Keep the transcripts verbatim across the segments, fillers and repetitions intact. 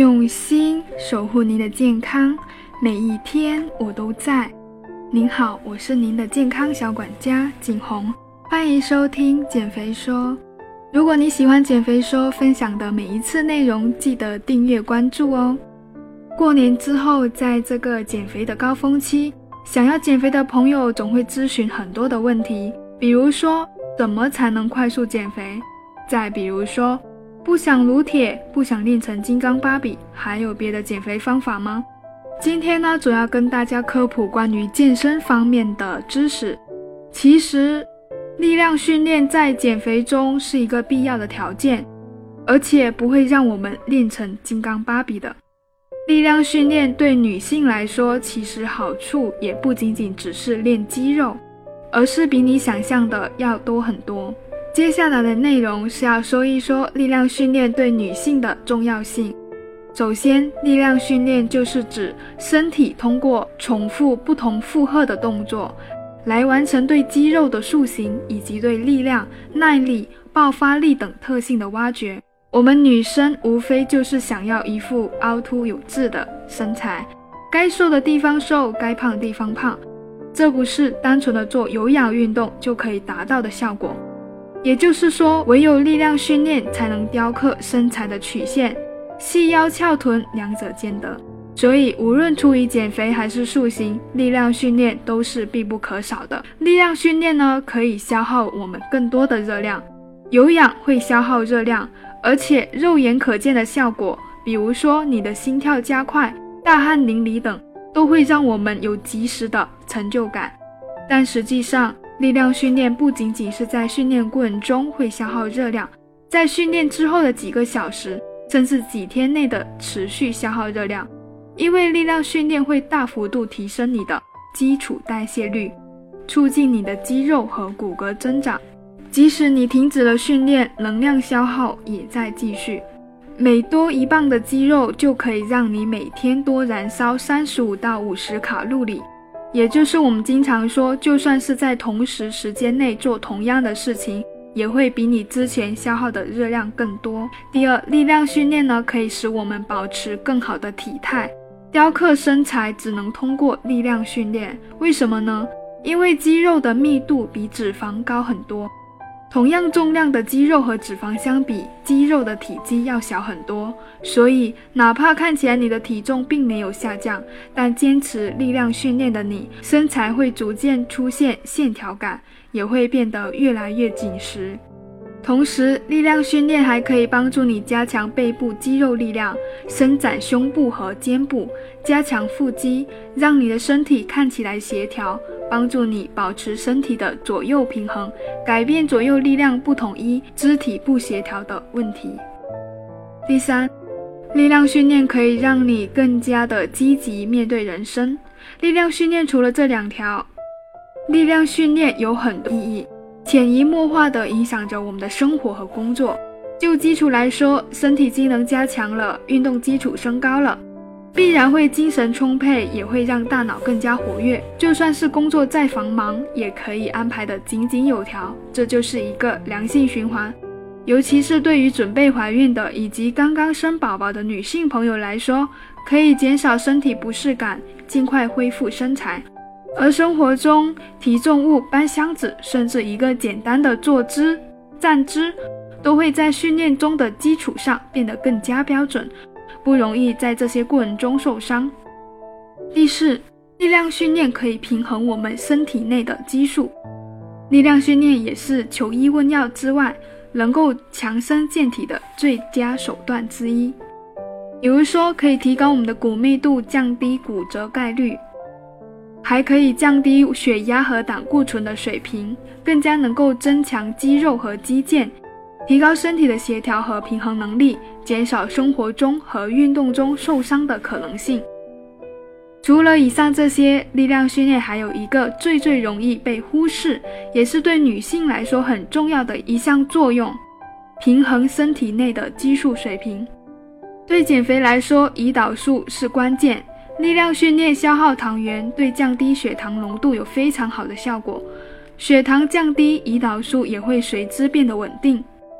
用心守护您的健康，每一天我都在。您好，我是您的健康小管家景红，欢迎收听减肥说。如果你喜欢减肥说分享的每一次内容，记得订阅关注哦。过年之后，在这个减肥的高峰期，想要减肥的朋友总会咨询很多的问题，比如说怎么才能快速减肥，再比如说不想撸铁，不想练成金刚芭比，还有别的减肥方法吗？今天呢，主要跟大家科普关于健身方面的知识。其实力量训练在减肥中是一个必要的条件，而且不会让我们练成金刚芭比的。力量训练对女性来说，其实好处也不仅仅只是练肌肉，而是比你想象的要多很多。接下来的内容是要说一说力量训练对女性的重要性。首先，力量训练就是指身体通过重复不同负荷的动作，来完成对肌肉的塑形以及对力量、耐力、爆发力等特性的挖掘。我们女生无非就是想要一副凹凸有致的身材，该瘦的地方瘦，该胖的地方胖，这不是单纯的做有氧运动就可以达到的效果。也就是说，唯有力量训练才能雕刻身材的曲线，细腰翘臀两者兼得。所以无论出于减肥还是塑形，力量训练都是必不可少的。力量训练呢，可以消耗我们更多的热量，有氧会消耗热量，而且肉眼可见的效果，比如说你的心跳加快、大汗淋漓等，都会让我们有及时的成就感。但实际上，力量训练不仅仅是在训练过程中会消耗热量，在训练之后的几个小时甚至几天内的持续消耗热量，因为力量训练会大幅度提升你的基础代谢率，促进你的肌肉和骨骼增长。即使你停止了训练，能量消耗也在继续。每多一磅的肌肉就可以让你每天多燃烧三十五到五十卡路里，也就是我们经常说，就算是在同时时间内做同样的事情，也会比你之前消耗的热量更多。第二，力量训练呢，可以使我们保持更好的体态。雕刻身材只能通过力量训练，为什么呢？因为肌肉的密度比脂肪高很多。同样重量的肌肉和脂肪相比，肌肉的体积要小很多，所以哪怕看起来你的体重并没有下降，但坚持力量训练的你，身材会逐渐出现线条感，也会变得越来越紧实。同时，力量训练还可以帮助你加强背部肌肉力量，伸展胸部和肩部，加强腹肌，让你的身体看起来协调，帮助你保持身体的左右平衡，改变左右力量不统一、肢体不协调的问题。第三，力量训练可以让你更加的积极面对人生。力量训练除了这两条，力量训练有很多意义，潜移默化地影响着我们的生活和工作。就基础来说，身体机能加强了，运动基础升高了，必然会精神充沛，也会让大脑更加活跃。就算是工作再繁忙，也可以安排得井井有条，这就是一个良性循环。尤其是对于准备怀孕的以及刚刚生宝宝的女性朋友来说，可以减少身体不适感，尽快恢复身材。而生活中提重物、搬箱子，甚至一个简单的坐姿、站姿，都会在训练中的基础上变得更加标准，不容易在这些过程中受伤。第四，力量训练可以平衡我们身体内的激素。力量训练也是求医问药之外，能够强身健体的最佳手段之一。比如说，可以提高我们的骨密度，降低骨折概率，还可以降低血压和胆固醇的水平，更加能够增强肌肉和肌腱，提高身体的协调和平衡能力，减少生活中和运动中受伤的可能性。除了以上这些，力量训练还有一个最最容易被忽视，也是对女性来说很重要的一项作用，平衡身体内的激素水平。对减肥来说，胰岛素是关键。力量训练消耗糖原，对降低血糖浓度有非常好的效果。血糖降低，胰岛素也会随之变得稳定。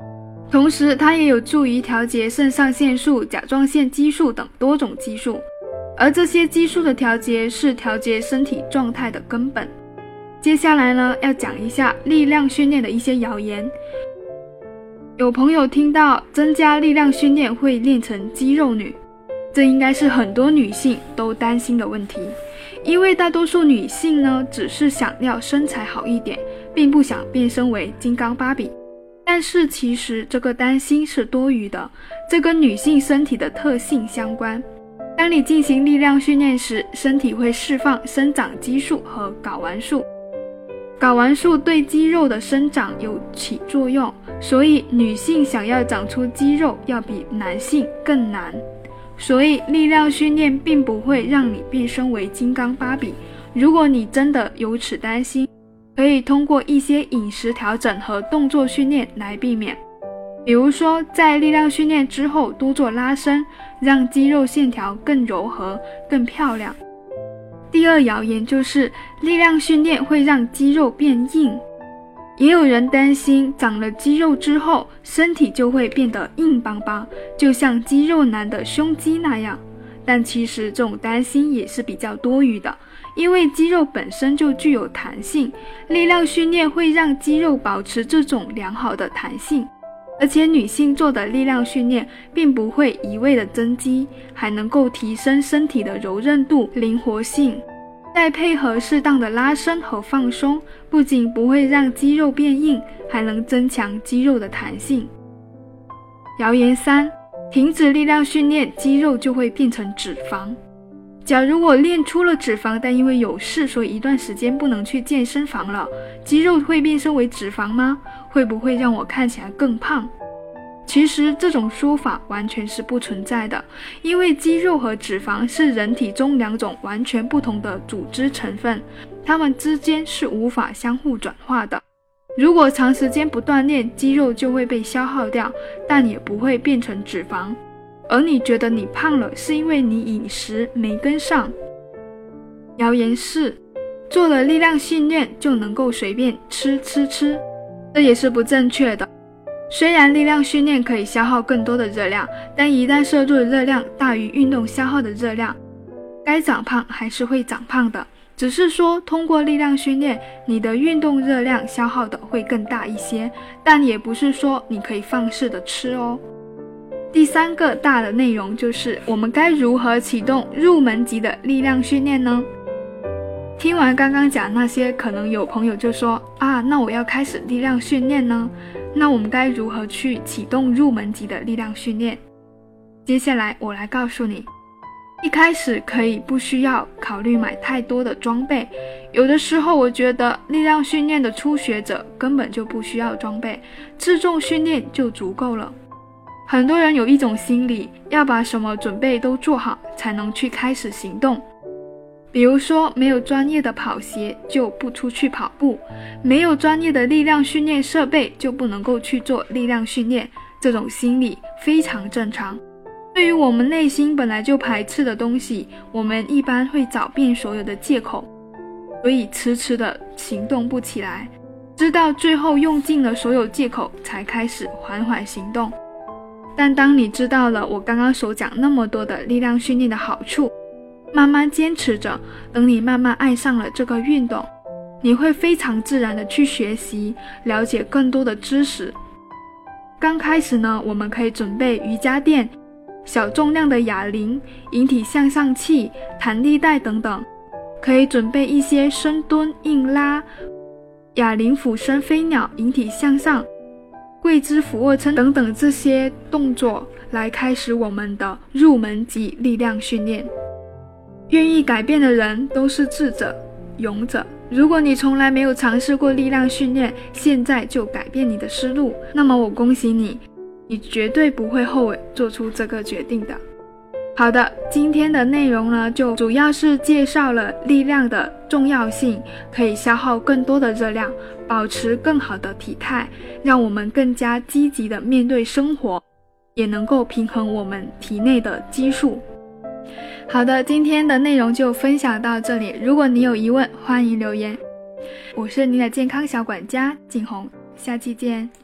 同时它也有助于调节肾上腺素、甲状腺激素等多种激素，而这些激素的调节是调节身体状态的根本。接下来呢，要讲一下力量训练的一些谣言。有朋友听到增加力量训练会练成肌肉女，这应该是很多女性都担心的问题，因为大多数女性呢，只是想要身材好一点，并不想变身为金刚芭比。但是其实这个担心是多余的，这跟女性身体的特性相关。当你进行力量训练时，身体会释放生长激素和睾丸素，睾丸素对肌肉的生长有起作用，所以女性想要长出肌肉要比男性更难。所以力量训练并不会让你变身为金刚芭比。如果你真的有此担心，可以通过一些饮食调整和动作训练来避免。比如说在力量训练之后多做拉伸，让肌肉线条更柔和更漂亮。第二谣言就是力量训练会让肌肉变硬。也有人担心长了肌肉之后身体就会变得硬邦邦，就像肌肉男的胸肌那样，但其实这种担心也是比较多余的，因为肌肉本身就具有弹性，力量训练会让肌肉保持这种良好的弹性。而且女性做的力量训练并不会一味的增肌，还能够提升身体的柔韧度、灵活性，再配合适当的拉伸和放松，不仅不会让肌肉变硬，还能增强肌肉的弹性。谣言三，停止力量训练，肌肉就会变成脂肪。假如我练出了脂肪，但因为有事，所以一段时间不能去健身房了，肌肉会变身为脂肪吗？会不会让我看起来更胖？其实这种说法完全是不存在的，因为肌肉和脂肪是人体中两种完全不同的组织成分，它们之间是无法相互转化的。如果长时间不锻炼，肌肉就会被消耗掉，但也不会变成脂肪。而你觉得你胖了，是因为你饮食没跟上。谣言四，做了力量训练就能够随便吃吃吃，这也是不正确的。虽然力量训练可以消耗更多的热量，但一旦摄入的热量大于运动消耗的热量，该长胖还是会长胖的，只是说通过力量训练，你的运动热量消耗的会更大一些，但也不是说你可以放肆的吃哦。第三个大的内容就是我们该如何启动入门级的力量训练呢？听完刚刚讲那些，可能有朋友就说啊，那我要开始力量训练呢？那我们该如何去启动入门级的力量训练？接下来我来告诉你。一开始可以不需要考虑买太多的装备，有的时候我觉得力量训练的初学者根本就不需要装备，自重训练就足够了。很多人有一种心理，要把什么准备都做好才能去开始行动。比如说没有专业的跑鞋就不出去跑步，没有专业的力量训练设备就不能够去做力量训练，这种心理非常正常。对于我们内心本来就排斥的东西，我们一般会找遍所有的借口，所以迟迟的行动不起来，直到最后用尽了所有借口才开始缓缓行动。但当你知道了我刚刚所讲那么多的力量训练的好处，慢慢坚持着，等你慢慢爱上了这个运动，你会非常自然的去学习，了解更多的知识。刚开始呢，我们可以准备瑜伽垫、小重量的哑铃、引体向上器、弹力带等等，可以准备一些深蹲、硬拉、哑铃俯身飞鸟、引体向上、跪姿俯卧撑等等这些动作，来开始我们的入门级力量训练。愿意改变的人都是智者、勇者。如果你从来没有尝试过力量训练，现在就改变你的思路，那么我恭喜你，你绝对不会后悔做出这个决定的。好的，今天的内容呢，就主要是介绍了力量的重要性，可以消耗更多的热量，保持更好的体态，让我们更加积极的面对生活，也能够平衡我们体内的激素。好的，今天的内容就分享到这里，如果你有疑问，欢迎留言。我是你的健康小管家景红，下期见。